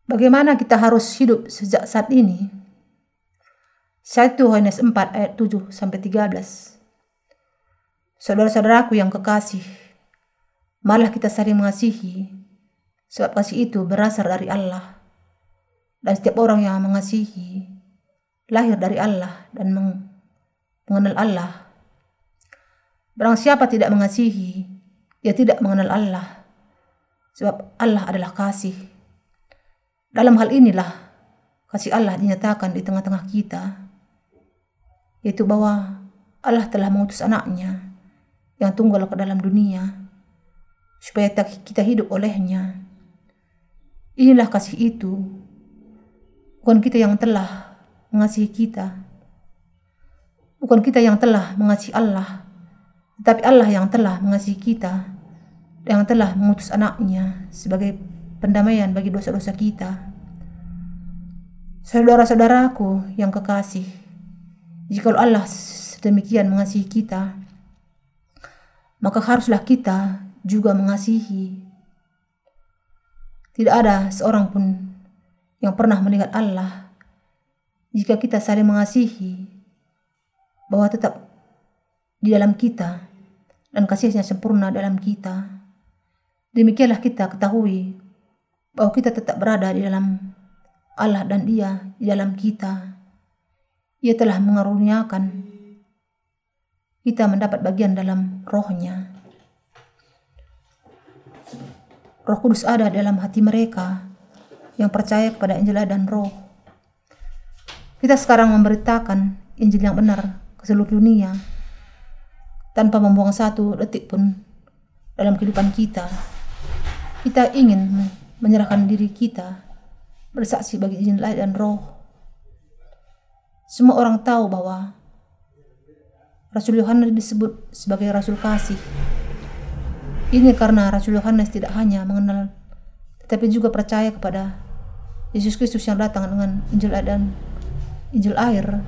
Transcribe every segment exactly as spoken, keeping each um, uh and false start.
Bagaimana kita harus hidup sejak saat ini? satu Yohanes empat ayat tujuh sampai tiga belas. Saudara-saudaraku yang kekasih, malah kita saling mengasihi, sebab kasih itu berasal dari Allah. Dan setiap orang yang mengasihi, lahir dari Allah dan mengenal Allah. Barang siapa tidak mengasihi, dia tidak mengenal Allah, sebab Allah adalah kasih. Dalam hal inilah kasih Allah dinyatakan di tengah-tengah kita, yaitu bahwa Allah telah mengutus anaknya yang tunggal ke dalam dunia, supaya kita hidup olehnya. Inilah kasih itu, bukan kita yang telah mengasihi kita, bukan kita yang telah mengasihi Allah, tetapi Allah yang telah mengasihi kita, yang telah mengutus anaknya sebagai pendamaian bagi dosa-dosa kita. Saudara-saudaraku yang kekasih, jika Allah sedemikian mengasihi kita, maka haruslah kita juga mengasihi. Tidak ada seorang pun yang pernah melihat Allah. Jika kita saling mengasihi, bahwa tetap di dalam kita dan kasihnya sempurna dalam kita, demikianlah kita ketahui bahwa kita tetap berada di dalam Allah dan Dia di dalam kita. Ia telah mengaruniakan kita mendapat bagian dalam rohnya. Roh Kudus ada dalam hati mereka yang percaya kepada Injil dan Roh. Kita sekarang memberitakan Injil yang benar ke seluruh dunia tanpa membuang satu detik pun dalam kehidupan kita. Kita ingin menyerahkan diri kita bersaksi bagi Injil dan Roh. Semua orang tahu bahwa Rasul Yohanes disebut sebagai Rasul Kasih. Ini karena Rasul Yohanes tidak hanya mengenal, tetapi juga percaya kepada Yesus Kristus yang datang dengan Injil dan Injil air.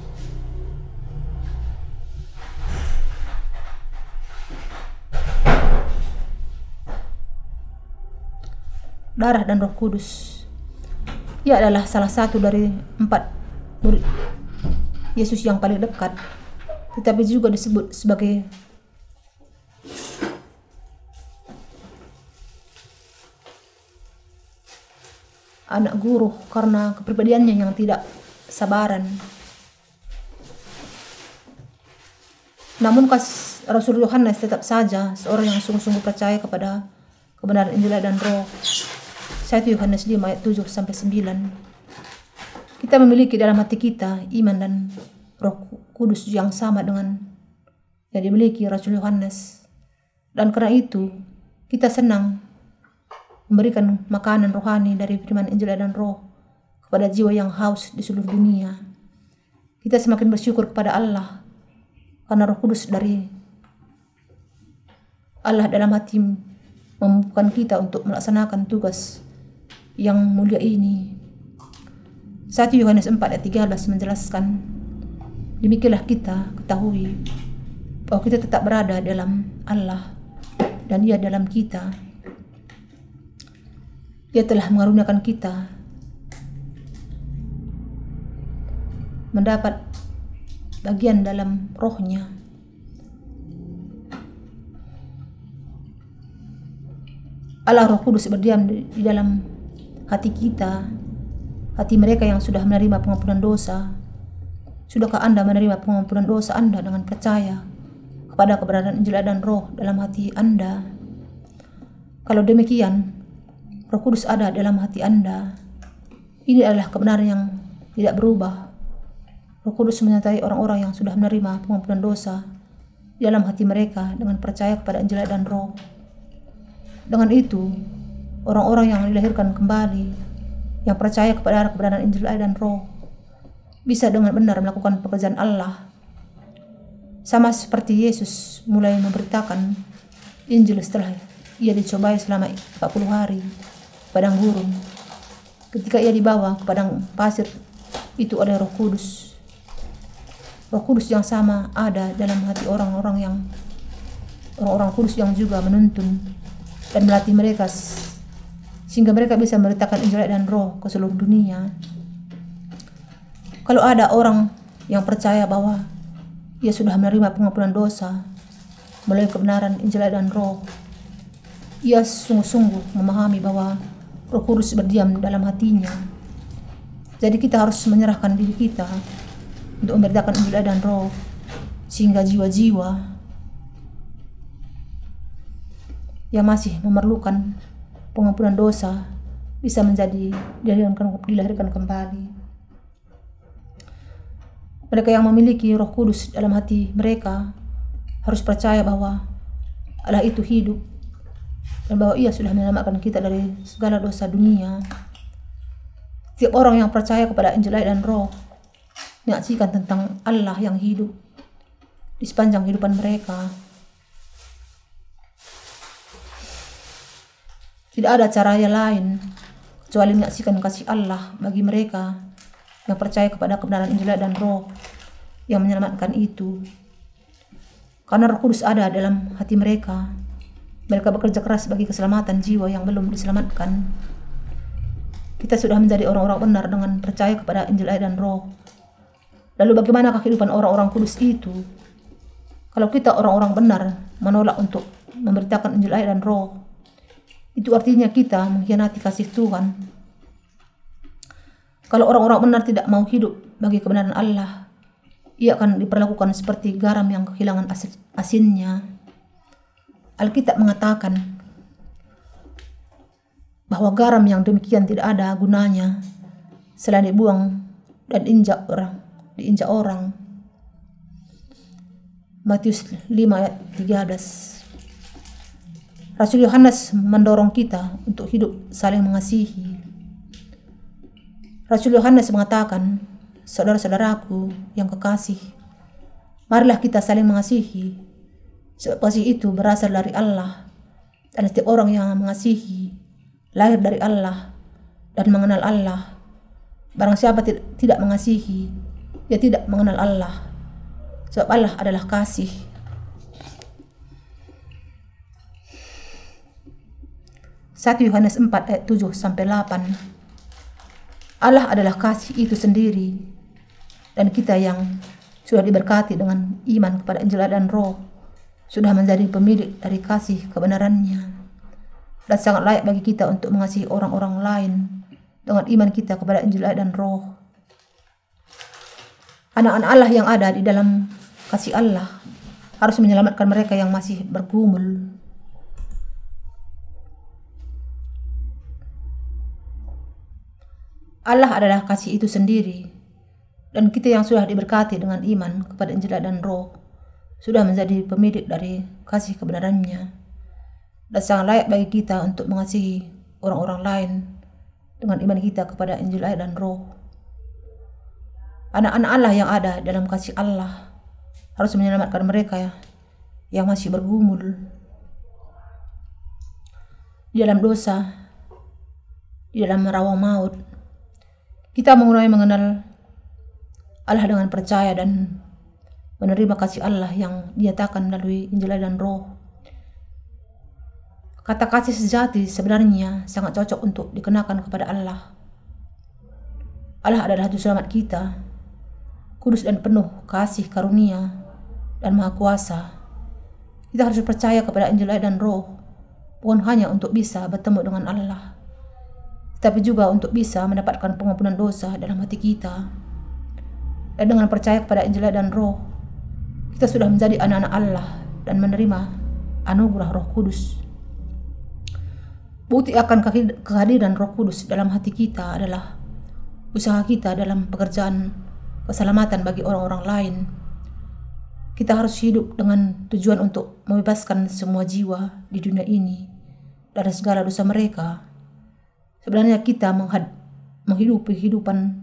Darah dan Roh Kudus. Ia adalah salah satu dari empat murid Yesus yang paling dekat, tetapi juga disebut sebagai anak guru karena kepribadiannya yang tidak sabaran. Namun Rasul Yohanes tetap saja seorang yang sungguh-sungguh percaya kepada kebenaran Injil dan Roh. satu Yohanes lima ayat tujuh sampai sembilan. Kita memiliki dalam hati kita iman dan Roh Kudus yang sama dengan yang dimiliki Rasul Yohanes. Dan karena itu, kita senang memberikan makanan rohani dari firman Injil dan Roh kepada jiwa yang haus di seluruh dunia. Kita semakin bersyukur kepada Allah karena Roh Kudus dari Allah dalam hati memampukan kita untuk melaksanakan tugas yang mulia ini. satu Yohanes empat ayat tiga belas menjelaskan, demikianlah kita ketahui bahwa kita tetap berada dalam Allah dan Dia dalam kita. Dia telah mengaruniakan kita mendapat bagian dalam rohnya. Allah Roh Kudus berdiam di, di dalam hati kita, hati mereka yang sudah menerima pengampunan dosa. Sudahkah Anda menerima pengampunan dosa Anda dengan percaya kepada keberadaan Injil dan Roh dalam hati Anda? Kalau demikian, Roh Kudus ada dalam hati Anda. Ini adalah kebenaran yang tidak berubah. Roh Kudus menyertai orang-orang yang sudah menerima pengampunan dosa di dalam hati mereka dengan percaya kepada Injil dan Roh. Dengan itu, orang-orang yang dilahirkan kembali, yang percaya kepada kebenaran Injil dan Roh, bisa dengan benar melakukan pekerjaan Allah. Sama seperti Yesus mulai memberitakan Injil setelah ia dicobai selama empat puluh hari padang gurun. Ketika ia dibawa ke padang pasir, itu ada Roh Kudus. Roh Kudus yang sama ada dalam hati orang-orang yang orang-orang kudus yang juga menuntun dan melatih mereka sehingga mereka bisa memberitakan Injil dan Roh ke seluruh dunia. Kalau ada orang yang percaya bahwa ia sudah menerima pengampunan dosa melalui kebenaran Injil dan Roh, ia sungguh-sungguh memahami bahwa Roh Kudus berdiam dalam hatinya. Jadi kita harus menyerahkan diri kita untuk memberitakan Injil dan Roh, sehingga jiwa-jiwa yang masih memerlukan pengampunan dosa bisa menjadi dilahirkan, dilahirkan kembali. Mereka yang memiliki Roh Kudus dalam hati mereka harus percaya bahwa Allah itu hidup dan bahwa ia sudah menyelamatkan kita dari segala dosa dunia. Setiap orang yang percaya kepada Injil dan Roh menyaksikan tentang Allah yang hidup di sepanjang kehidupan mereka. Tidak ada cara yang lain kecuali menyaksikan kasih Allah bagi mereka yang percaya kepada kebenaran Injil dan Roh yang menyelamatkan itu. Karena Roh Kudus ada dalam hati mereka, mereka bekerja keras bagi keselamatan jiwa yang belum diselamatkan. Kita sudah menjadi orang-orang benar dengan percaya kepada Injil dan Roh. Lalu bagaimanakah kehidupan orang-orang kudus itu? Kalau kita orang-orang benar menolak untuk memberitakan Injil dan Roh, itu artinya kita mengkhianati kasih Tuhan. Kalau orang-orang benar tidak mau hidup bagi kebenaran Allah, ia akan diperlakukan seperti garam yang kehilangan asinnya. Alkitab mengatakan bahwa garam yang demikian tidak ada gunanya selain dibuang dan injak orang, diinjak orang. Matius lima ayat tiga belas. Rasul Yohanes mendorong kita untuk hidup saling mengasihi. Rasul Yohanes mengatakan, saudara-saudaraku yang kekasih, marilah kita saling mengasihi, sebab kasih itu berasal dari Allah, dan setiap orang yang mengasihi lahir dari Allah dan mengenal Allah. Barang siapa tidak mengasihi, dia tidak mengenal Allah, sebab Allah adalah kasih. satu Yohanes empat ayat tujuh sampai delapan. Allah adalah kasih itu sendiri, dan kita yang sudah diberkati dengan iman kepada Injil dan Roh sudah menjadi pemilik dari kasih kebenarannya, dan sangat layak bagi kita untuk mengasihi orang-orang lain dengan iman kita kepada Injil dan Roh. Anak-anak Allah yang ada di dalam kasih Allah harus menyelamatkan mereka yang masih bergumul. Allah adalah kasih itu sendiri, dan kita yang sudah diberkati dengan iman kepada Injil dan Roh sudah menjadi pemilik dari kasih kebenarannya, dan sangat layak bagi kita untuk mengasihi orang-orang lain dengan iman kita kepada Injil dan Roh. Anak-anak Allah yang ada dalam kasih Allah harus menyelamatkan mereka yang masih bergumul di dalam dosa, di dalam rawa maut. Kita mulai mengenal Allah dengan percaya dan menerima kasih Allah yang dinyatakan melalui Injil dan Roh. Kata kasih sejati sebenarnya sangat cocok untuk dikenakan kepada Allah. Allah adalah Juru Selamat kita, kudus dan penuh kasih karunia dan maha kuasa. Kita harus percaya kepada Injil dan Roh, bukan hanya untuk bisa bertemu dengan Allah, tapi juga untuk bisa mendapatkan pengampunan dosa dalam hati kita. Dan dengan percaya kepada Injil dan Roh, kita sudah menjadi anak-anak Allah dan menerima anugerah Roh Kudus. Bukti akan kehadiran Roh Kudus dalam hati kita adalah usaha kita dalam pekerjaan keselamatan bagi orang-orang lain. Kita harus hidup dengan tujuan untuk membebaskan semua jiwa di dunia ini dari segala dosa mereka. Sebenarnya kita menghad- menghidupi kehidupan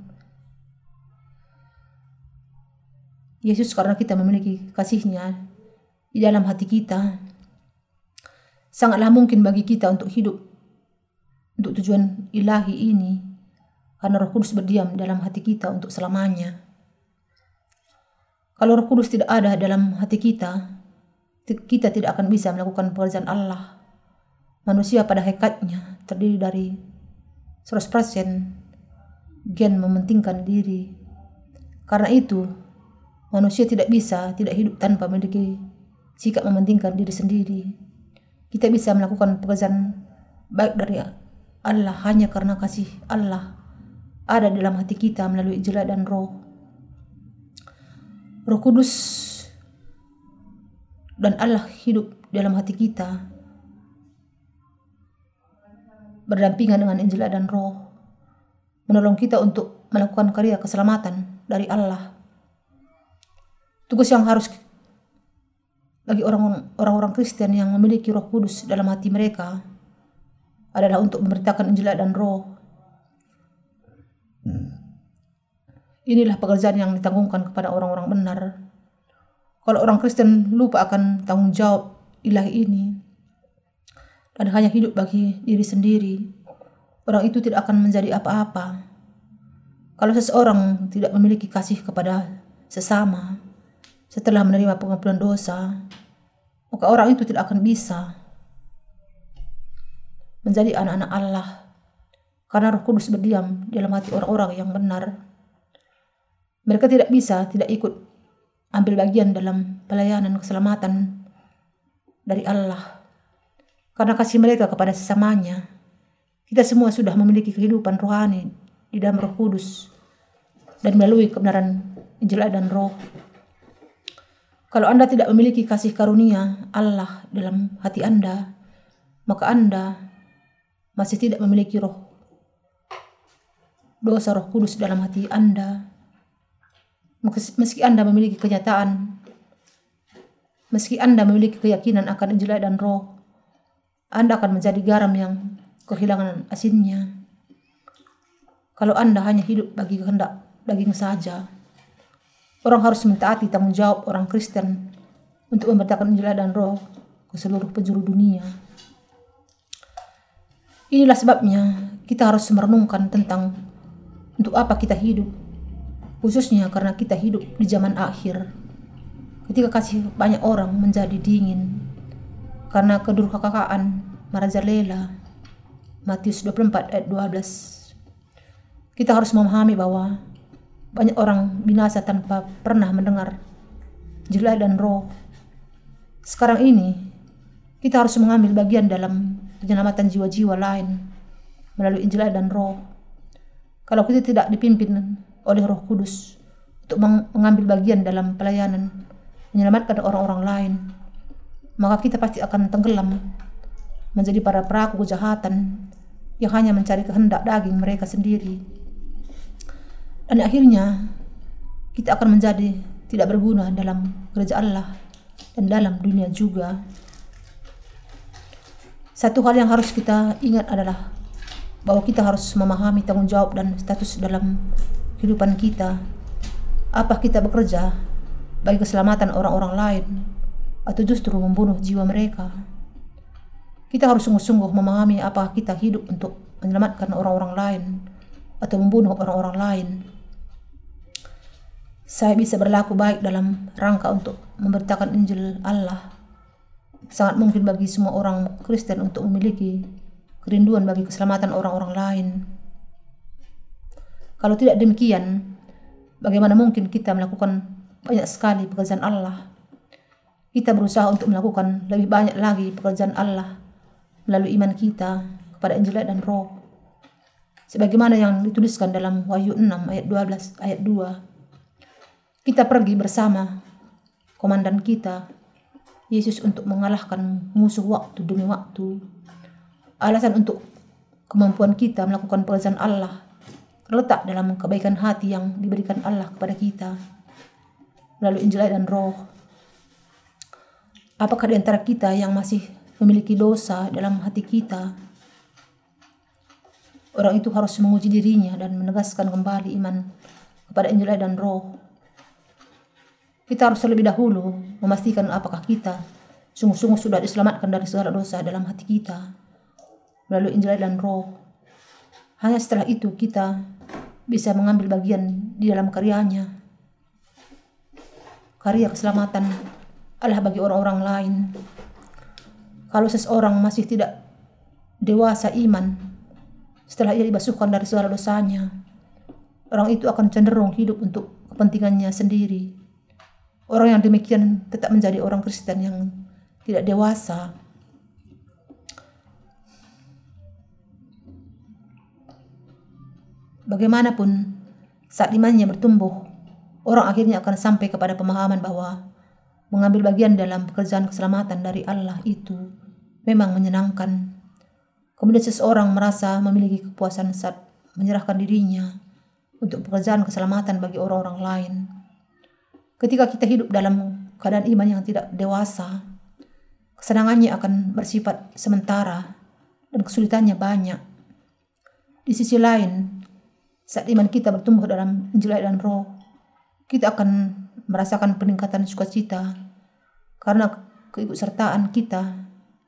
Yesus karena kita memiliki kasih-Nya di dalam hati kita. Sangatlah mungkin bagi kita untuk hidup untuk tujuan ilahi ini karena Roh Kudus berdiam dalam hati kita untuk selamanya. Kalau Roh Kudus tidak ada dalam hati kita, kita tidak akan bisa melakukan pekerjaan Allah. Manusia pada hakikatnya terdiri dari seratus persen gen mementingkan diri. Karena itu, manusia tidak bisa tidak hidup tanpa memiliki sikap mementingkan diri sendiri. Kita bisa melakukan pekerjaan baik dari Allah hanya karena kasih Allah ada dalam hati kita melalui Injil dan Roh. Roh Kudus dan Allah hidup dalam hati kita, berdampingan dengan Injil dan Roh, menolong kita untuk melakukan karya keselamatan dari Allah. Tugas yang harus bagi orang-orang Kristen yang memiliki Roh Kudus dalam hati mereka adalah untuk memberitakan Injil dan Roh. Inilah pekerjaan yang ditanggungkan kepada orang-orang benar. Kalau orang Kristen lupa akan tanggung jawab ilahi ini dan hanya hidup bagi diri sendiri, orang itu tidak akan menjadi apa-apa. Kalau seseorang tidak memiliki kasih kepada sesama setelah menerima pengampunan dosa, maka orang itu tidak akan bisa menjadi anak-anak Allah, karena Roh Kudus berdiam dalam hati orang-orang yang benar. Mereka tidak bisa tidak ikut ambil bagian dalam pelayanan keselamatan dari Allah, karena kasih mereka kepada sesamanya. Kita semua sudah memiliki kehidupan rohani di dalam Roh Kudus dan melalui kebenaran Injil dan Roh. Kalau Anda tidak memiliki kasih karunia Allah dalam hati Anda, maka Anda masih tidak memiliki roh dosa Roh Kudus dalam hati Anda. Meski Anda memiliki kenyataan, meski Anda memiliki keyakinan akan Injil dan Roh, Anda akan menjadi garam yang kehilangan asinnya. Kalau Anda hanya hidup bagi kehendak daging saja, orang harus mentaati tanggung jawab orang Kristen untuk memberitakan Injil dan Roh ke seluruh penjuru dunia. Inilah sebabnya kita harus merenungkan tentang untuk apa kita hidup, khususnya karena kita hidup di zaman akhir, ketika kasih banyak orang menjadi dingin karena kedurhakaan merajalela. Matius dua puluh empat ayat dua belas. Kita harus memahami bahwa banyak orang binasa tanpa pernah mendengar Injil dan Roh. Sekarang ini kita harus mengambil bagian dalam penyelamatan jiwa-jiwa lain melalui Injil dan Roh. Kalau kita tidak dipimpin oleh Roh Kudus untuk mengambil bagian dalam pelayanan menyelamatkan orang-orang lain, maka kita pasti akan tenggelam menjadi para pelaku kejahatan yang hanya mencari kehendak daging mereka sendiri. Dan akhirnya kita akan menjadi tidak berguna dalam gereja Allah dan dalam dunia juga. Satu hal yang harus kita ingat adalah bahwa kita harus memahami tanggung jawab dan status dalam kehidupan kita. Apa kita bekerja bagi keselamatan orang-orang lain atau justru membunuh jiwa mereka? Kita harus sungguh-sungguh memahami apakah kita hidup untuk menyelamatkan orang-orang lain atau membunuh orang-orang lain. Saya bisa berlaku baik dalam rangka untuk memberitakan Injil Allah. Sangat mungkin bagi semua orang Kristen untuk memiliki kerinduan bagi keselamatan orang-orang lain. Kalau tidak demikian, bagaimana mungkin kita melakukan banyak sekali pekerjaan Allah? Kita berusaha untuk melakukan lebih banyak lagi pekerjaan Allah melalui iman kita kepada Injil dan Roh. Sebagaimana yang dituliskan dalam Wahyu enam ayat dua belas ayat dua. Kita pergi bersama komandan kita, Yesus, untuk mengalahkan musuh waktu demi waktu. Alasan untuk kemampuan kita melakukan pekerjaan Allah terletak dalam kebaikan hati yang diberikan Allah kepada kita melalui Injil dan Roh. Apakah di antara kita yang masih memiliki dosa dalam hati kita? Orang itu harus menguji dirinya dan menegaskan kembali iman kepada Injil dan Roh. Kita harus terlebih dahulu memastikan apakah kita sungguh-sungguh sudah diselamatkan dari segala dosa dalam hati kita melalui Injil dan Roh. Hanya setelah itu kita bisa mengambil bagian di dalam karyanya, karya keselamatan Allah bagi orang-orang lain. Kalau seseorang masih tidak dewasa iman, setelah ia dibasuhkan dari segala dosanya, orang itu akan cenderung hidup untuk kepentingannya sendiri. Orang yang demikian tetap menjadi orang Kristen yang tidak dewasa. Bagaimanapun, saat imannya bertumbuh, orang akhirnya akan sampai kepada pemahaman bahwa mengambil bagian dalam pekerjaan keselamatan dari Allah itu memang menyenangkan. Kemudian seseorang merasa memiliki kepuasan saat menyerahkan dirinya untuk pekerjaan keselamatan bagi orang-orang lain. Ketika kita hidup dalam keadaan iman yang tidak dewasa, kesenangannya akan bersifat sementara dan kesulitannya banyak. Di sisi lain, saat iman kita bertumbuh dalam Injil dan Roh, kita akan merasakan peningkatan sukacita karena keikutsertaan kita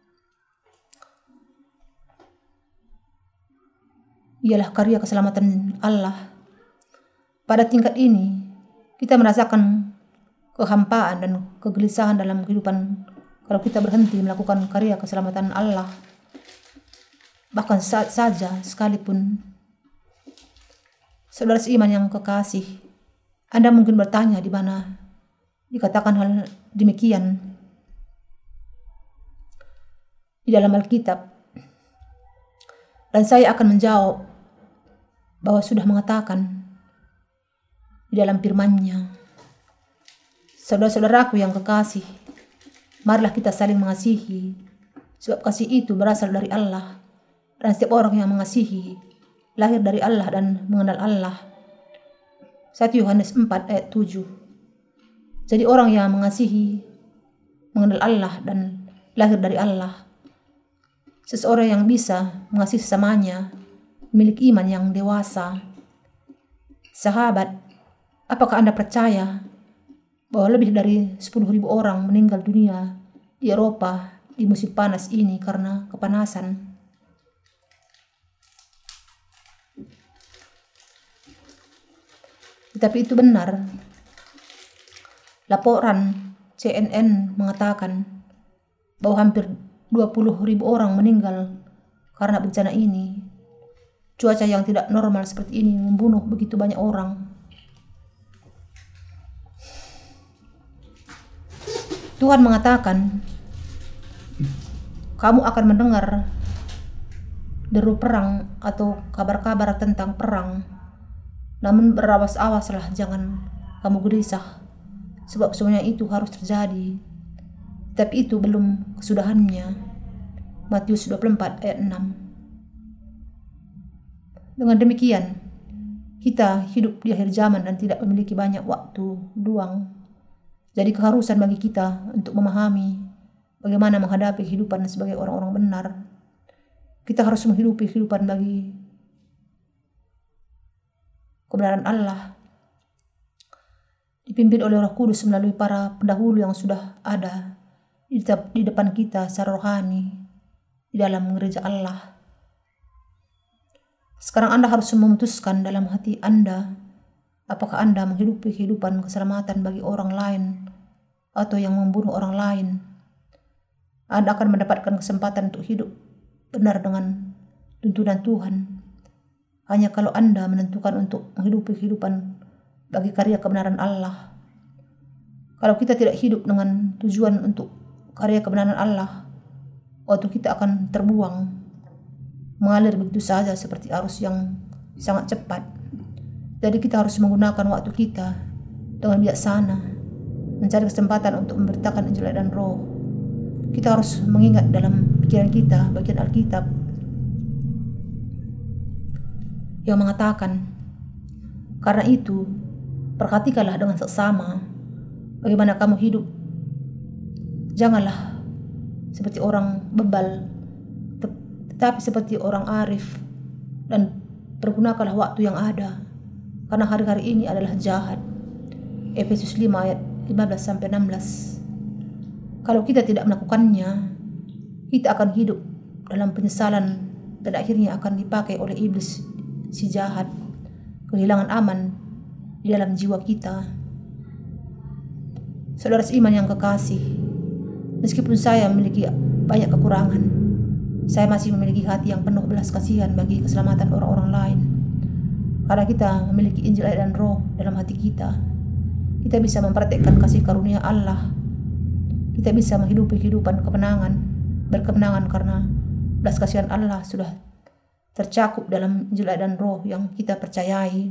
ialah karya keselamatan Allah. Pada tingkat ini, kita merasakan kehampaan dan kegelisahan dalam kehidupan kalau kita berhenti melakukan karya keselamatan Allah. Bahkan saat saja sekalipun, saudara seiman yang kekasih, Anda mungkin bertanya di mana dikatakan hal demikian di dalam Alkitab. Dan saya akan menjawab bahwa sudah mengatakan di dalam firman-Nya. Saudara-saudaraku yang kekasih, marilah kita saling mengasihi, sebab kasih itu berasal dari Allah, dan setiap orang yang mengasihi lahir dari Allah dan mengenal Allah. satu Yohanes empat ayat tujuh. Jadi orang yang mengasihi, mengenal Allah dan lahir dari Allah. Seseorang yang bisa mengasihi sesamanya memiliki iman yang dewasa. Sahabat, apakah Anda percaya bahwa lebih dari sepuluh ribu orang meninggal dunia di Eropa di musim panas ini karena kepanasan? Tetapi itu benar. Laporan C N N mengatakan bahwa hampir dua puluh ribu orang meninggal karena bencana ini. Cuaca yang tidak normal seperti ini membunuh begitu banyak orang. Tuhan mengatakan, kamu akan mendengar deru perang atau kabar-kabar tentang perang. Namun berawas-awaslah, jangan kamu gelisah, sebab semuanya itu harus terjadi. Tapi itu belum kesudahannya. Matius dua puluh empat ayat enam. Dengan demikian, kita hidup di akhir zaman dan tidak memiliki banyak waktu luang. Jadi keharusan bagi kita untuk memahami bagaimana menghadapi kehidupan sebagai orang-orang benar. Kita harus menghidupi kehidupan bagi kebenaran Allah, dipimpin oleh Roh Kudus melalui para pendahulu yang sudah ada di depan kita secara rohani di dalam gereja Allah. Sekarang Anda harus memutuskan dalam hati Anda, apakah Anda menghidupi kehidupan keselamatan bagi orang lain atau yang membunuh orang lain. Anda akan mendapatkan kesempatan untuk hidup benar dengan tuntunan Tuhan hanya kalau Anda menentukan untuk menghidupi kehidupan bagi karya kebenaran Allah. Kalau kita tidak hidup dengan tujuan untuk karya kebenaran Allah, waktu kita akan terbuang, mengalir begitu saja seperti arus yang sangat cepat. Jadi kita harus menggunakan waktu kita dengan bijaksana, mencari kesempatan untuk memberitakan Injil dan Roh. Kita harus mengingat dalam pikiran kita bagian Alkitab yang mengatakan, karena itu perhatikanlah dengan seksama bagaimana kamu hidup. Janganlah seperti orang bebal, tetapi seperti orang arif, dan pergunakanlah waktu yang ada, karena hari-hari ini adalah jahat. Efesus lima ayat lima belas sampai enam belas. Kalau kita tidak melakukannya, kita akan hidup dalam penyesalan dan akhirnya akan dipakai oleh iblis si jahat, kehilangan aman di dalam jiwa kita. Saudara seiman yang kekasih, meskipun saya memiliki banyak kekurangan, saya masih memiliki hati yang penuh belas kasihan bagi keselamatan orang-orang lain. Karena kita memiliki Injil, air, dan Roh dalam hati kita, kita bisa mempraktikkan kasih karunia Allah. Kita bisa menghidupi kehidupan kemenangan, berkemenangan karena belas kasihan Allah sudah tercakup dalam Injil, air, dan Roh yang kita percayai.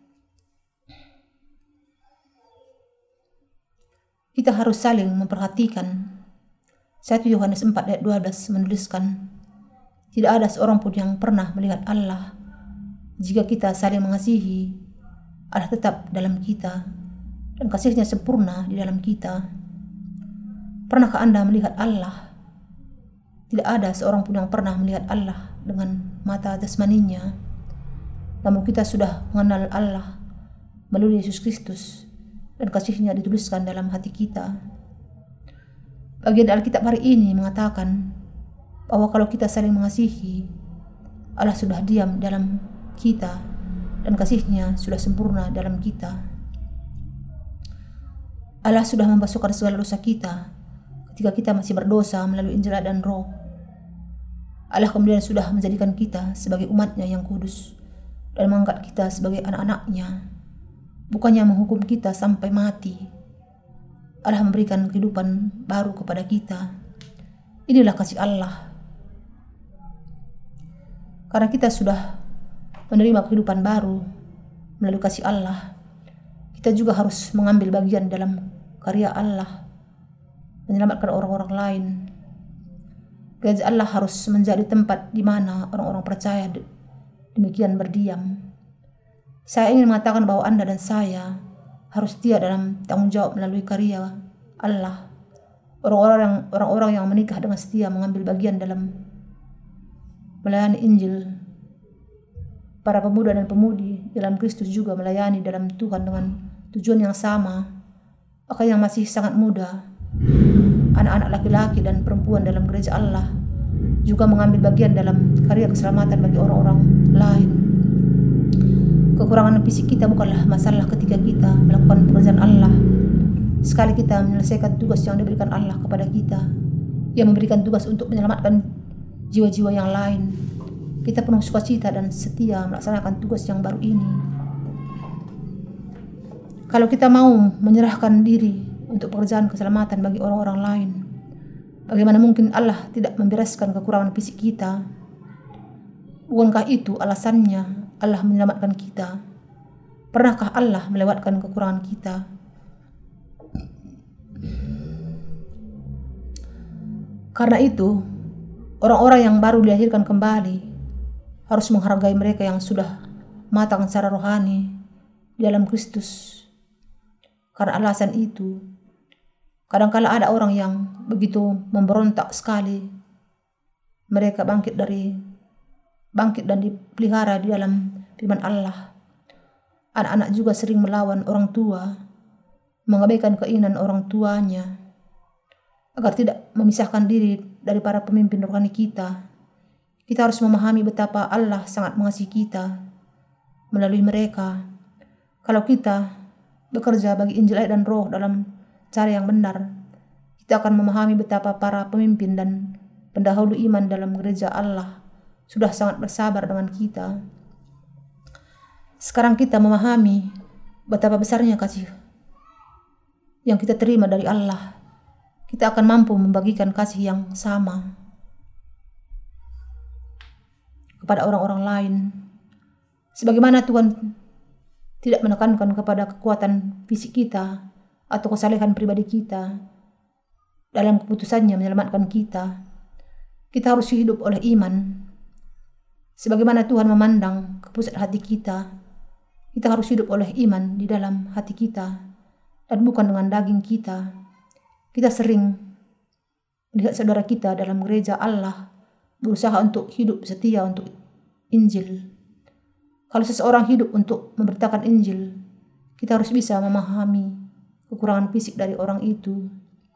Kita harus saling memperhatikan. satu Yohanes empat ayat dua belas menuliskan, tidak ada seorang pun yang pernah melihat Allah. Jika kita saling mengasihi, Allah tetap dalam kita dan kasih-Nya sempurna di dalam kita. Pernahkah Anda melihat Allah? Tidak ada seorang pun yang pernah melihat Allah dengan mata jasmaninya. Namun kita sudah mengenal Allah melalui Yesus Kristus dan kasih-Nya dituliskan dalam hati kita. Bagian Alkitab hari ini mengatakan bahwa kalau kita saling mengasihi, Allah sudah diam dalam kita dan kasih-Nya sudah sempurna dalam kita. Allah sudah membasuhkan segala dosa kita ketika kita masih berdosa melalui Injil dan Roh. Allah kemudian sudah menjadikan kita sebagai umat-Nya yang kudus dan mengangkat kita sebagai anak-anak-Nya. Bukannya menghukum kita sampai mati, Allah memberikan kehidupan baru kepada kita. Inilah kasih Allah. Karena kita sudah menerima kehidupan baru melalui kasih Allah, kita juga harus mengambil bagian dalam karya Allah, menyelamatkan orang-orang lain. Gereja Allah harus menjadi tempat di mana orang-orang percaya demikian berdiam. Saya ingin mengatakan bahwa Anda dan saya harus setia dalam tanggung jawab melalui karya Allah. Orang-orang yang, orang-orang yang menikah dengan setia mengambil bagian dalam melayani Injil. Para pemuda dan pemudi dalam Kristus juga melayani dalam Tuhan dengan tujuan yang sama. Maka yang masih sangat muda, anak-anak laki-laki dan perempuan dalam gereja Allah juga mengambil bagian dalam karya keselamatan bagi orang-orang lain. Kekurangan fisik kita bukanlah masalah ketika kita melakukan pekerjaan Allah. Sekali kita menyelesaikan tugas yang diberikan Allah kepada kita, Ia memberikan tugas untuk menyelamatkan jiwa-jiwa yang lain. Kita penuh sukacita dan setia melaksanakan tugas yang baru ini. Kalau kita mau menyerahkan diri untuk pekerjaan keselamatan bagi orang-orang lain, bagaimana mungkin Allah tidak membereskan kekurangan fisik kita? Bukankah itu alasannya Allah menyelamatkan kita? Pernahkah Allah melewatkan kekurangan kita? Karena itu, orang-orang yang baru dilahirkan kembali harus menghargai mereka yang sudah matang secara rohani di dalam Kristus. Karena alasan itu, kadangkala ada orang yang begitu memberontak sekali, mereka bangkit dari bangkit dan dipelihara di dalam firman Allah. Anak-anak juga sering melawan orang tua, mengabaikan keinginan orang tuanya, agar tidak memisahkan diri dari para pemimpin rohani kita. Kita harus memahami betapa Allah sangat mengasihi kita melalui mereka. Kalau kita bekerja bagi Injil, air, dan Roh dalam cara yang benar, kita akan memahami betapa para pemimpin dan pendahulu iman dalam gereja Allah sudah sangat bersabar dengan kita. Sekarang kita memahami betapa besarnya kasih yang kita terima dari Allah. Kita akan mampu membagikan kasih yang sama kepada orang-orang lain. Sebagaimana Tuhan tidak menekankan kepada kekuatan fisik kita atau kesalehan pribadi kita dalam keputusannya menyelamatkan kita, kita harus hidup oleh iman. Sebagaimana Tuhan memandang ke pusat hati kita, kita harus hidup oleh iman di dalam hati kita dan bukan dengan daging kita. Kita sering melihat saudara kita dalam gereja Allah berusaha untuk hidup setia untuk Injil. Kalau seseorang hidup untuk memberitakan Injil, kita harus bisa memahami kekurangan fisik dari orang itu.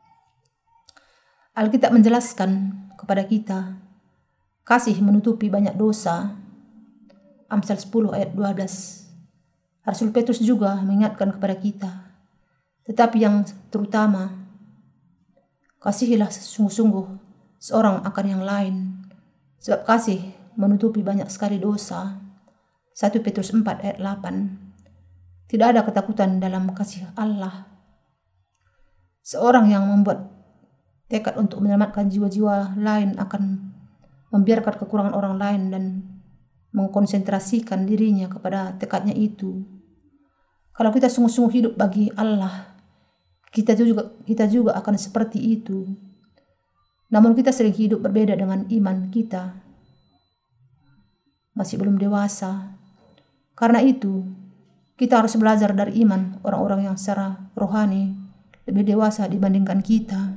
Alkitab menjelaskan kepada kita, kasih menutupi banyak dosa. Amsal sepuluh ayat dua belas. Rasul Petrus juga mengingatkan kepada kita, tetapi yang terutama, kasihilah sungguh-sungguh seorang akan yang lain, Sebab kasih menutupi banyak sekali dosa. satu Petrus empat ayat delapan. Tidak ada ketakutan dalam kasih Allah. Seorang yang membuat tekad untuk menyelamatkan jiwa-jiwa lain akan membiarkan kekurangan orang lain dan mengkonsentrasikan dirinya kepada tekadnya itu. Kalau kita sungguh-sungguh hidup bagi Allah, kita juga kita juga akan seperti itu. Namun kita sering hidup berbeda dengan iman kita. Masih belum dewasa. Karena itu, kita harus belajar dari iman orang-orang yang secara rohani lebih dewasa dibandingkan kita.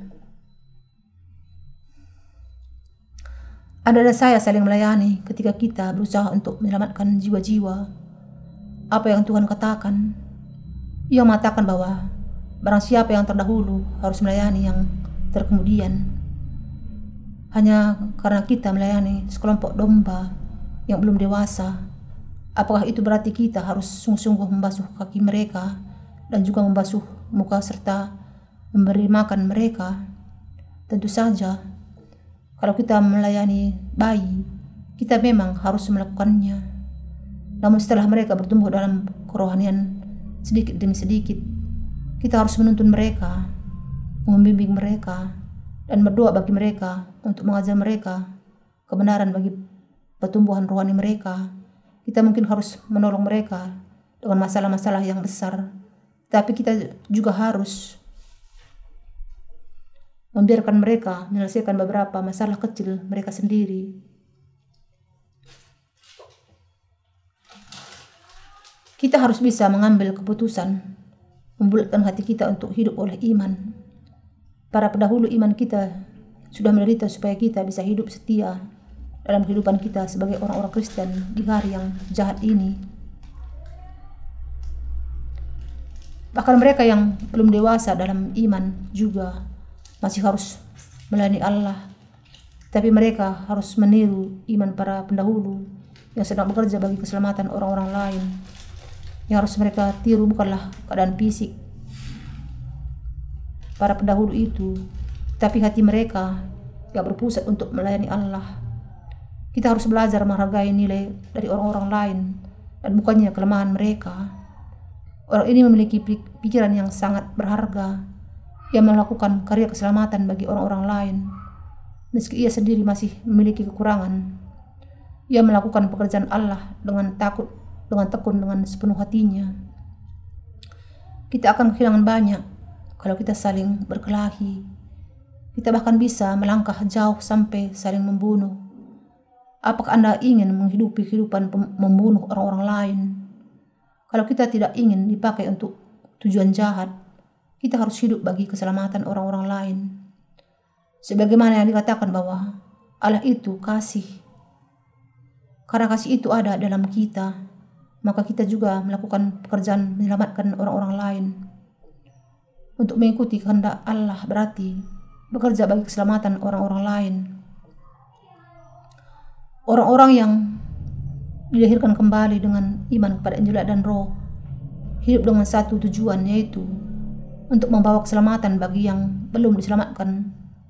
Ada-ada saya saling melayani ketika kita berusaha untuk menyelamatkan jiwa-jiwa. Apa yang Tuhan katakan? Ia mengatakan bahwa barang siapa yang terdahulu harus melayani yang terkemudian. Hanya karena kita melayani sekelompok domba yang belum dewasa, apakah itu berarti kita harus sungguh-sungguh membasuh kaki mereka dan juga membasuh muka serta memberi makan mereka? Tentu saja, kalau kita melayani bayi, kita memang harus melakukannya. Namun setelah mereka bertumbuh dalam kerohanian sedikit demi sedikit, kita harus menuntun mereka, membimbing mereka, dan berdoa bagi mereka untuk mengajar mereka kebenaran bagi pertumbuhan rohani mereka. Kita mungkin harus menolong mereka dengan masalah-masalah yang besar, tapi kita juga harus membiarkan mereka menyelesaikan beberapa masalah kecil mereka sendiri. Kita harus bisa mengambil keputusan, membulatkan hati kita untuk hidup oleh iman. Para pendahulu iman kita sudah menderita supaya kita bisa hidup setia dalam kehidupan kita sebagai orang-orang Kristen di hari yang jahat ini. Bahkan mereka yang belum dewasa dalam iman juga masih harus melayani Allah, tapi mereka harus meniru iman para pendahulu yang sedang bekerja bagi keselamatan orang-orang lain. Yang harus mereka tiru bukanlah keadaan fisik para pendahulu itu, tapi hati mereka yang berpusat untuk melayani Allah. Kita harus belajar menghargai nilai dari orang-orang lain dan bukannya kelemahan mereka. Orang ini memiliki pikiran yang sangat berharga. Ia melakukan karya keselamatan bagi orang-orang lain, meski ia sendiri masih memiliki kekurangan. Ia melakukan pekerjaan Allah dengan takut, dengan tekun, dengan sepenuh hatinya. Kita akan kehilangan banyak kalau kita saling berkelahi. Kita bahkan bisa melangkah jauh sampai saling membunuh. Apakah Anda ingin menghidupi kehidupan membunuh orang-orang lain? Kalau kita tidak ingin dipakai untuk tujuan jahat, kita harus hidup bagi keselamatan orang-orang lain. Sebagaimana yang dikatakan bahwa Allah itu kasih. Karena kasih itu ada dalam kita, maka kita juga melakukan pekerjaan menyelamatkan orang-orang lain. Untuk mengikuti kehendak Allah berarti bekerja bagi keselamatan orang-orang lain. Orang-orang yang dilahirkan kembali dengan iman kepada Injil dan Roh hidup dengan satu tujuan, yaitu untuk membawa keselamatan bagi yang belum diselamatkan.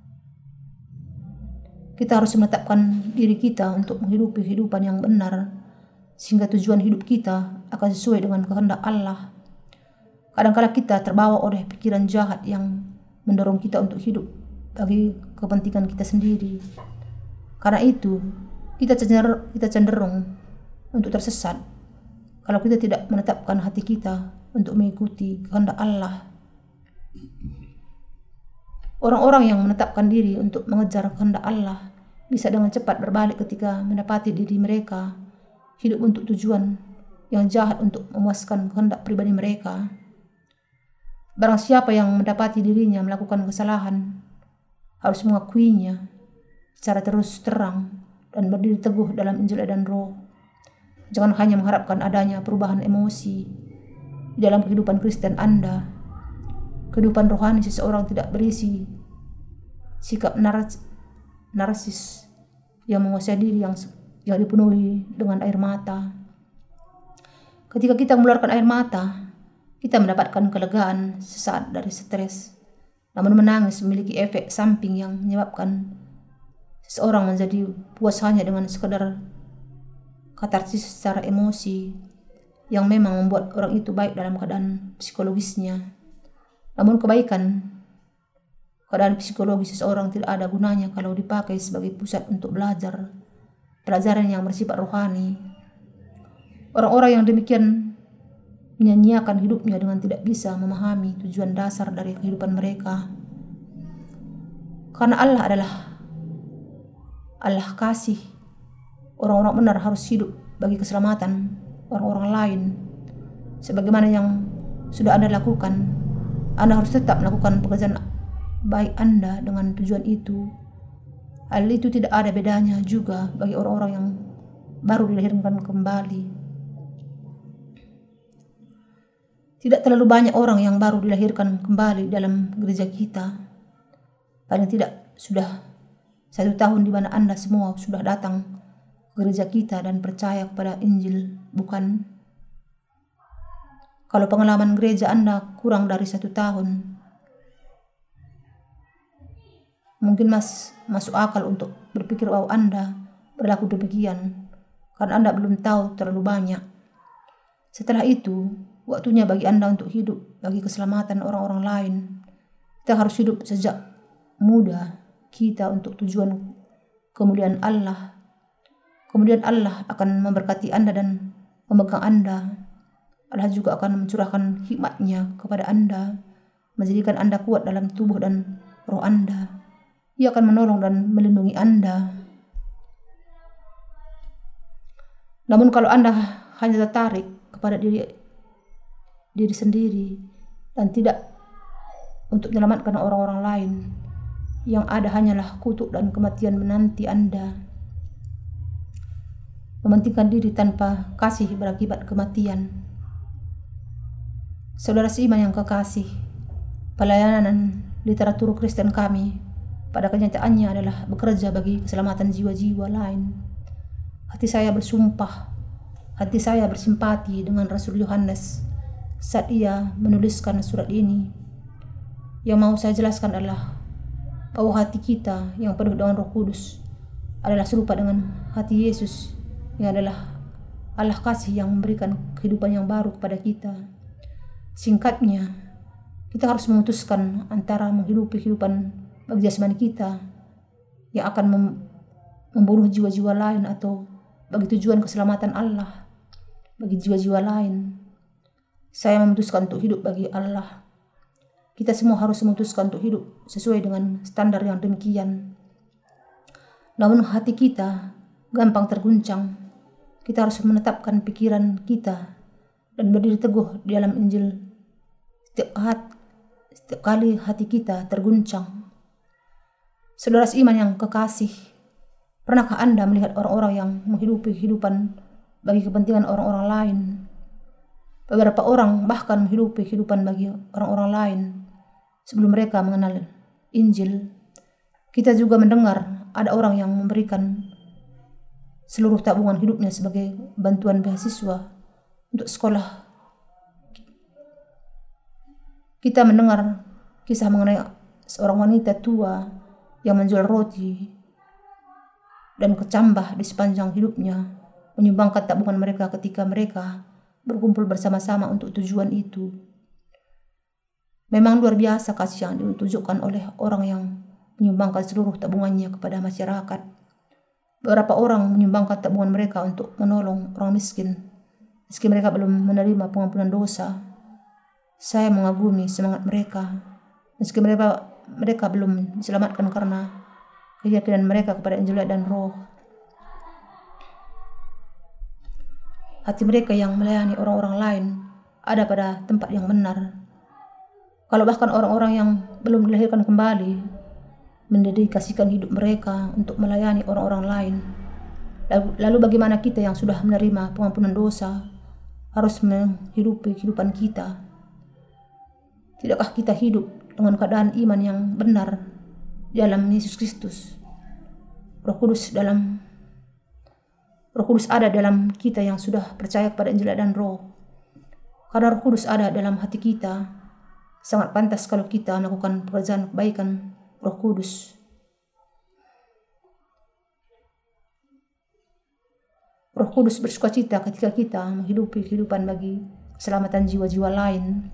Kita harus menetapkan diri kita untuk menghidupi kehidupan yang benar, sehingga tujuan hidup kita akan sesuai dengan kehendak Allah. Kadang-kala kita terbawa oleh pikiran jahat yang mendorong kita untuk hidup bagi kepentingan kita sendiri. Karena itu, kita cenderung, kita cenderung untuk tersesat kalau kita tidak menetapkan hati kita untuk mengikuti kehendak Allah. Orang-orang yang menetapkan diri untuk mengejar kehendak Allah bisa dengan cepat berbalik ketika mendapati diri mereka hidup untuk tujuan yang jahat untuk memuaskan kehendak pribadi mereka. Barang siapa yang mendapati dirinya melakukan kesalahan harus mengakuinya secara terus terang dan berdiri teguh dalam Injil dan Roh. Jangan hanya mengharapkan adanya perubahan emosi di dalam kehidupan Kristen Anda. Kehidupan rohani seseorang tidak berisi sikap narsis yang menguasai diri yang, yang dipenuhi dengan air mata. Ketika kita mengeluarkan air mata, kita mendapatkan kelegaan sesaat dari stres. Namun menangis memiliki efek samping yang menyebabkan seorang menjadi puas hanya dengan sekadar katarsis secara emosi yang memang membuat orang itu baik dalam keadaan psikologisnya. Namun kebaikan keadaan psikologis seseorang tidak ada gunanya kalau dipakai sebagai pusat untuk belajar pelajaran yang bersifat rohani. Orang-orang yang demikian menyanyiakan hidupnya dengan tidak bisa memahami tujuan dasar dari kehidupan mereka. Karena Allah adalah Allah kasih, orang-orang benar harus hidup bagi keselamatan orang-orang lain. Sebagaimana yang sudah Anda lakukan, Anda harus tetap melakukan pekerjaan baik Anda dengan tujuan itu. Hal itu tidak ada bedanya juga bagi orang-orang yang baru dilahirkan kembali. Tidak terlalu banyak orang yang baru dilahirkan kembali dalam gereja kita. Paling tidak sudah satu tahun di mana Anda semua sudah datang ke gereja kita dan percaya kepada Injil, bukan? Kalau pengalaman gereja Anda kurang dari satu tahun, mungkin mas masuk akal untuk berpikir bahwa Anda berlaku demikian karena Anda belum tahu terlalu banyak. Setelah itu, waktunya bagi Anda untuk hidup bagi keselamatan orang-orang lain. Kita harus hidup sejak muda kita untuk tujuan kemuliaan Allah. Kemudian Allah akan memberkati Anda dan memegang Anda. Allah juga akan mencurahkan hikmat-Nya kepada Anda, menjadikan Anda kuat dalam tubuh dan roh Anda. Ia akan menolong dan melindungi Anda. Namun kalau Anda hanya tertarik kepada diri diri sendiri dan tidak untuk menyelamatkan orang-orang lain, yang ada hanyalah kutuk dan kematian menanti Anda. Mementingkan diri tanpa kasih berakibat kematian. Saudara seiman yang kekasih, pelayanan literatur Kristen kami pada kenyataannya adalah bekerja bagi keselamatan jiwa-jiwa lain. Hati saya bersumpah, hati saya bersimpati dengan Rasul Yohanes saat ia menuliskan surat ini. Yang mau saya jelaskan adalah bahwa hati kita yang penuh dengan Roh Kudus adalah serupa dengan hati Yesus yang adalah Allah kasih yang memberikan kehidupan yang baru kepada kita. Singkatnya, kita harus memutuskan antara menghidupi kehidupan bagi jasmani kita yang akan mem- membunuh jiwa-jiwa lain atau bagi tujuan keselamatan Allah bagi jiwa-jiwa lain. Saya memutuskan untuk hidup bagi Allah. Kita semua harus memutuskan untuk hidup sesuai dengan standar yang demikian. Namun hati kita gampang terguncang. Kita harus menetapkan pikiran kita dan berdiri teguh di dalam Injil setiap, hat, setiap kali hati kita terguncang. Saudara seiman yang kekasih, pernahkah Anda melihat orang-orang yang menghidupi kehidupan bagi kepentingan orang-orang lain? Beberapa orang bahkan menghidupi kehidupan bagi orang-orang lain sebelum mereka mengenal Injil. Kita juga mendengar ada orang yang memberikan seluruh tabungan hidupnya sebagai bantuan beasiswa untuk sekolah. Kita mendengar kisah mengenai seorang wanita tua yang menjual roti dan kecambah di sepanjang hidupnya, menyumbangkan tabungan mereka ketika mereka berkumpul bersama-sama untuk tujuan itu. Memang luar biasa kasih yang ditunjukkan oleh orang yang menyumbangkan seluruh tabungannya kepada masyarakat. Beberapa orang menyumbangkan tabungan mereka untuk menolong orang miskin, meski mereka belum menerima pengampunan dosa. Saya mengagumi semangat mereka, meski mereka mereka belum diselamatkan karena keyakinan mereka kepada Injil dan Roh. Hati mereka yang melayani orang-orang lain ada pada tempat yang benar. Kalau bahkan orang-orang yang belum dilahirkan kembali mendedikasikan hidup mereka untuk melayani orang-orang lain, lalu, lalu bagaimana kita yang sudah menerima pengampunan dosa harus menghidupi kehidupan kita? Tidakkah kita hidup dengan keadaan iman yang benar dalam Yesus Kristus? Roh Kudus dalam Roh Kudus ada dalam kita yang sudah percaya kepada Injil dan Roh. Karena Roh Kudus ada dalam hati kita, sangat pantas kalau kita melakukan pekerjaan kebaikan Roh Kudus. Roh Kudus bersukacita ketika kita menghidupi kehidupan bagi keselamatan jiwa-jiwa lain.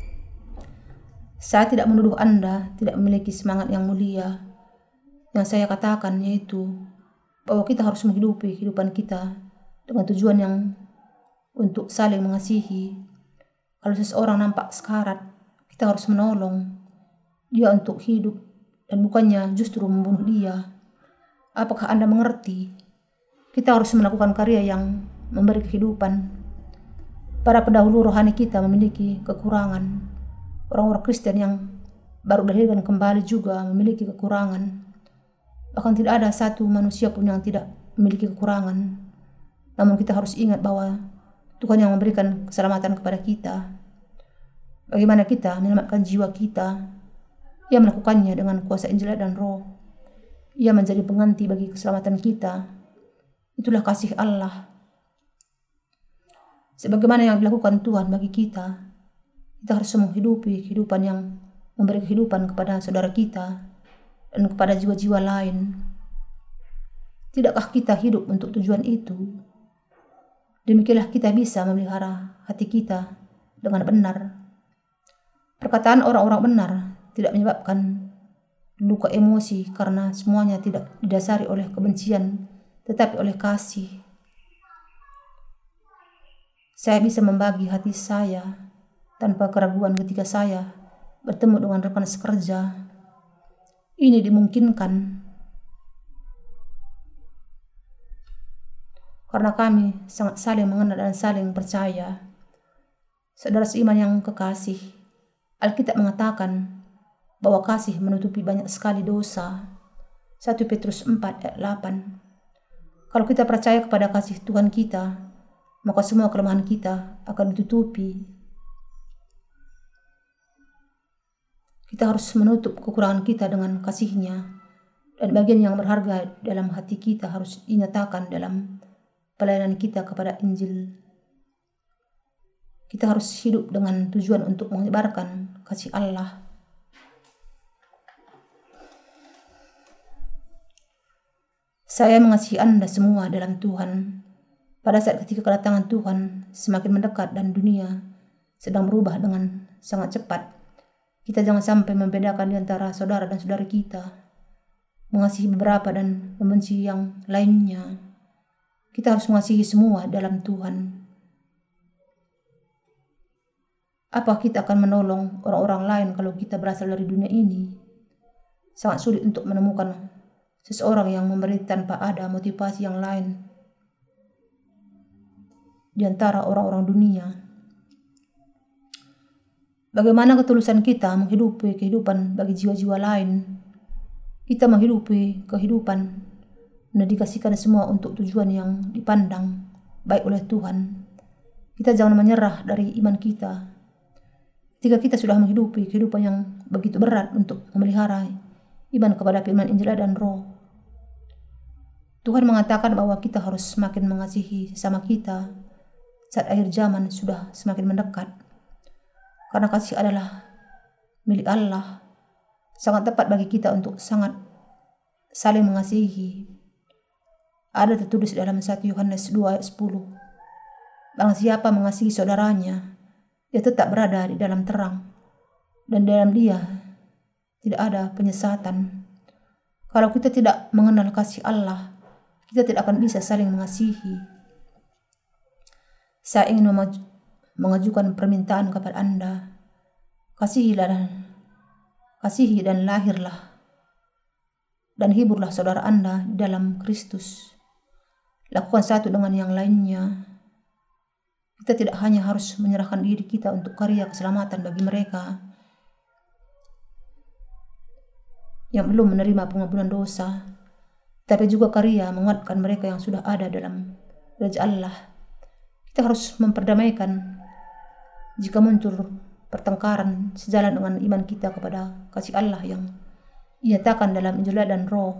Saya tidak menuduh Anda tidak memiliki semangat yang mulia. Yang saya katakan yaitu bahwa kita harus menghidupi kehidupan kita dengan tujuan yang untuk saling mengasihi. Kalau seseorang nampak sekarat, kita harus menolong dia untuk hidup dan bukannya justru membunuh dia. Apakah Anda mengerti? Kita harus melakukan karya yang memberi kehidupan. Para pendahulu rohani kita memiliki kekurangan. Orang-orang Kristen yang baru dilahirkan kembali juga memiliki kekurangan. Bahkan tidak ada satu manusia pun yang tidak memiliki kekurangan. Namun kita harus ingat bahwa Tuhan yang memberikan keselamatan kepada kita. Bagaimana kita menyelamatkan jiwa kita? Ia melakukannya dengan kuasa Injil dan Roh. Ia menjadi pengganti bagi keselamatan kita. Itulah kasih Allah. Sebagaimana yang dilakukan Tuhan bagi kita, kita harus menghidupi kehidupan yang memberi kehidupan kepada saudara kita dan kepada jiwa-jiwa lain. Tidakkah kita hidup untuk tujuan itu? Demikianlah kita bisa memelihara hati kita dengan benar. Perkataan orang-orang benar tidak menyebabkan luka emosi karena semuanya tidak didasari oleh kebencian, tetapi oleh kasih. Saya bisa membagi hati saya tanpa keraguan ketika saya bertemu dengan rekan sekerja. Ini dimungkinkan karena kami sangat saling mengenal dan saling percaya. Saudara seiman yang kekasih, Alkitab mengatakan bahwa kasih menutupi banyak sekali dosa. satu Petrus empat ayat delapan. Kalau kita percaya kepada kasih Tuhan kita, maka semua kelemahan kita akan ditutupi. Kita harus menutup kekurangan kita dengan kasih-Nya, dan bagian yang berharga dalam hati kita harus dinyatakan dalam pelayanan kita kepada Injil. Kita harus hidup dengan tujuan untuk menyebarkan kasih Allah. Saya mengasihi Anda semua dalam Tuhan. Pada saat ketika kedatangan Tuhan semakin mendekat dan dunia sedang berubah dengan sangat cepat, kita jangan sampai membedakan di antara saudara dan saudari kita, mengasihi beberapa dan membenci yang lainnya. Kita harus mengasihi semua dalam Tuhan. Apa kita akan menolong orang-orang lain kalau kita berasal dari dunia ini? Sangat sulit untuk menemukan seseorang yang memberi tanpa ada motivasi yang lain di antara orang-orang dunia. Bagaimana ketulusan kita menghidupi kehidupan bagi jiwa-jiwa lain? Kita menghidupi kehidupan mendedikasikan semua untuk tujuan yang dipandang baik oleh Tuhan. Kita jangan menyerah dari iman kita. Ketika kita sudah menghidupi kehidupan yang begitu berat untuk memelihara iman kepada firman Injil dan Roh, Tuhan mengatakan bahwa kita harus semakin mengasihi sesama kita saat akhir zaman sudah semakin mendekat. Karena kasih adalah milik Allah, sangat tepat bagi kita untuk sangat saling mengasihi. Ada tertulis dalam satu Yohanes dua ayat sepuluh. Barang siapa mengasihi saudaranya, dia tetap berada di dalam terang, dan dalam dia tidak ada penyesatan. Kalau kita tidak mengenal kasih Allah, kita tidak akan bisa saling mengasihi. Saya ingin memaju mengajukan permintaan kepada Anda. Kasihilah dan kasihi dan lahirlah dan hiburlah saudara Anda di dalam Kristus. Lakukan satu dengan yang lainnya. Kita tidak hanya harus menyerahkan diri kita untuk karya keselamatan bagi mereka yang belum menerima pengampunan dosa, tapi juga karya menguatkan mereka yang sudah ada dalam Gereja Allah. Kita harus memperdamaikan jika muncul pertengkaran sejalan dengan iman kita kepada kasih Allah yang dinyatakan dalam Injil dan Roh.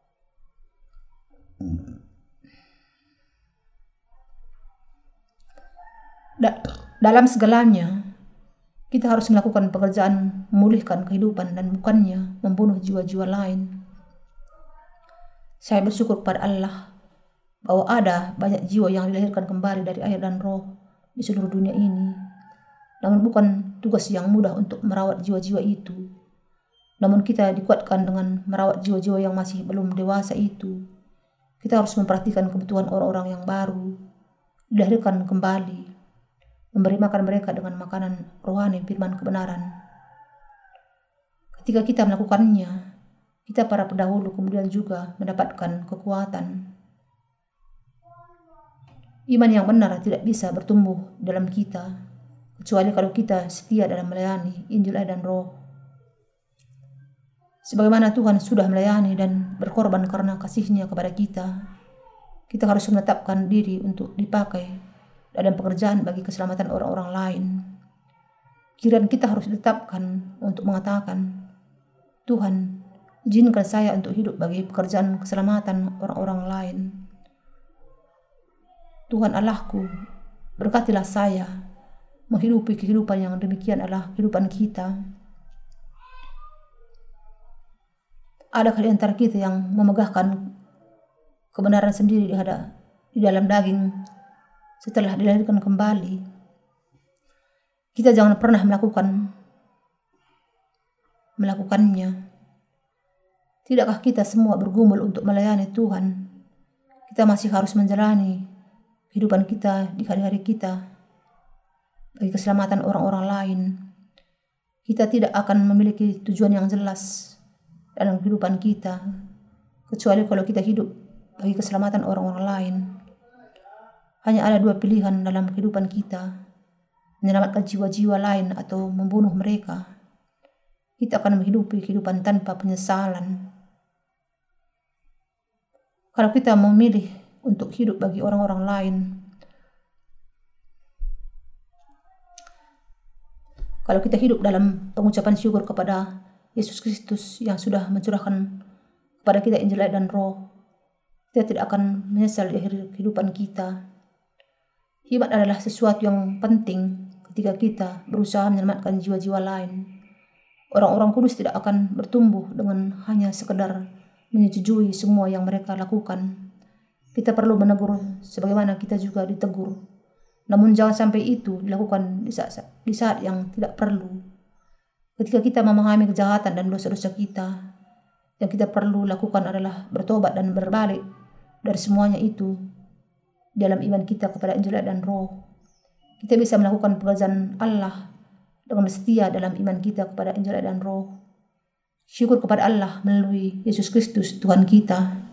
Da- dalam segalanya, kita harus melakukan pekerjaan memulihkan kehidupan dan bukannya membunuh jiwa-jiwa lain. Saya bersyukur kepada Allah bahwa ada banyak jiwa yang dilahirkan kembali dari air dan roh di seluruh dunia ini. Namun bukan tugas yang mudah untuk merawat jiwa-jiwa itu. Namun kita dikuatkan dengan merawat jiwa-jiwa yang masih belum dewasa itu. Kita harus memperhatikan kebutuhan orang-orang yang baru, dilahirkan kembali, memberi makan mereka dengan makanan rohani firman kebenaran. Ketika kita melakukannya, kita para pendahulu kemudian juga mendapatkan kekuatan. Iman yang benar tidak bisa bertumbuh dalam kita, kecuali kalau kita setia dalam melayani Injil air dan roh. Sebagaimana Tuhan sudah melayani dan berkorban karena kasih-Nya kepada kita, kita harus menetapkan diri untuk dipakai dalam pekerjaan bagi keselamatan orang-orang lain. Kiraan kita harus ditetapkan untuk mengatakan, Tuhan, izinkan saya untuk hidup bagi pekerjaan keselamatan orang-orang lain. Tuhan Allahku, berkatilah saya menghidupi kehidupan yang demikian adalah kehidupan kita. Adakah di antara kita yang memegahkan kebenaran sendiri di, hada, di dalam daging setelah dilahirkan kembali? Kita jangan pernah melakukan melakukannya. Tidakkah kita semua bergumul untuk melayani Tuhan? Kita masih harus menjalani kehidupan kita di hari-hari kita bagi keselamatan orang-orang lain. Kita tidak akan memiliki tujuan yang jelas dalam kehidupan kita, kecuali kalau kita hidup bagi keselamatan orang-orang lain. Hanya ada dua pilihan dalam kehidupan kita, menyelamatkan jiwa-jiwa lain atau membunuh mereka. Kita akan menghidupi kehidupan tanpa penyesalan. Kalau kita memilih untuk hidup bagi orang-orang lain, kalau kita hidup dalam pengucapan syukur kepada Yesus Kristus yang sudah mencurahkan kepada kita Injil air dan roh, kita tidak akan menyesal di akhir kehidupan kita. Hikmat adalah sesuatu yang penting ketika kita berusaha menyelamatkan jiwa-jiwa lain. Orang-orang kudus tidak akan bertumbuh dengan hanya sekedar menyetujui semua yang mereka lakukan. Kita perlu menegur sebagaimana kita juga ditegur. Namun jangan sampai itu dilakukan di saat, di saat yang tidak perlu. Ketika kita memahami kejahatan dan dosa-dosa kita, yang kita perlu lakukan adalah bertobat dan berbalik dari semuanya itu dalam iman kita kepada Injil dan roh. Kita bisa melakukan pekerjaan Allah dengan setia dalam iman kita kepada Injil dan roh. Syukur kepada Allah melalui Yesus Kristus Tuhan kita.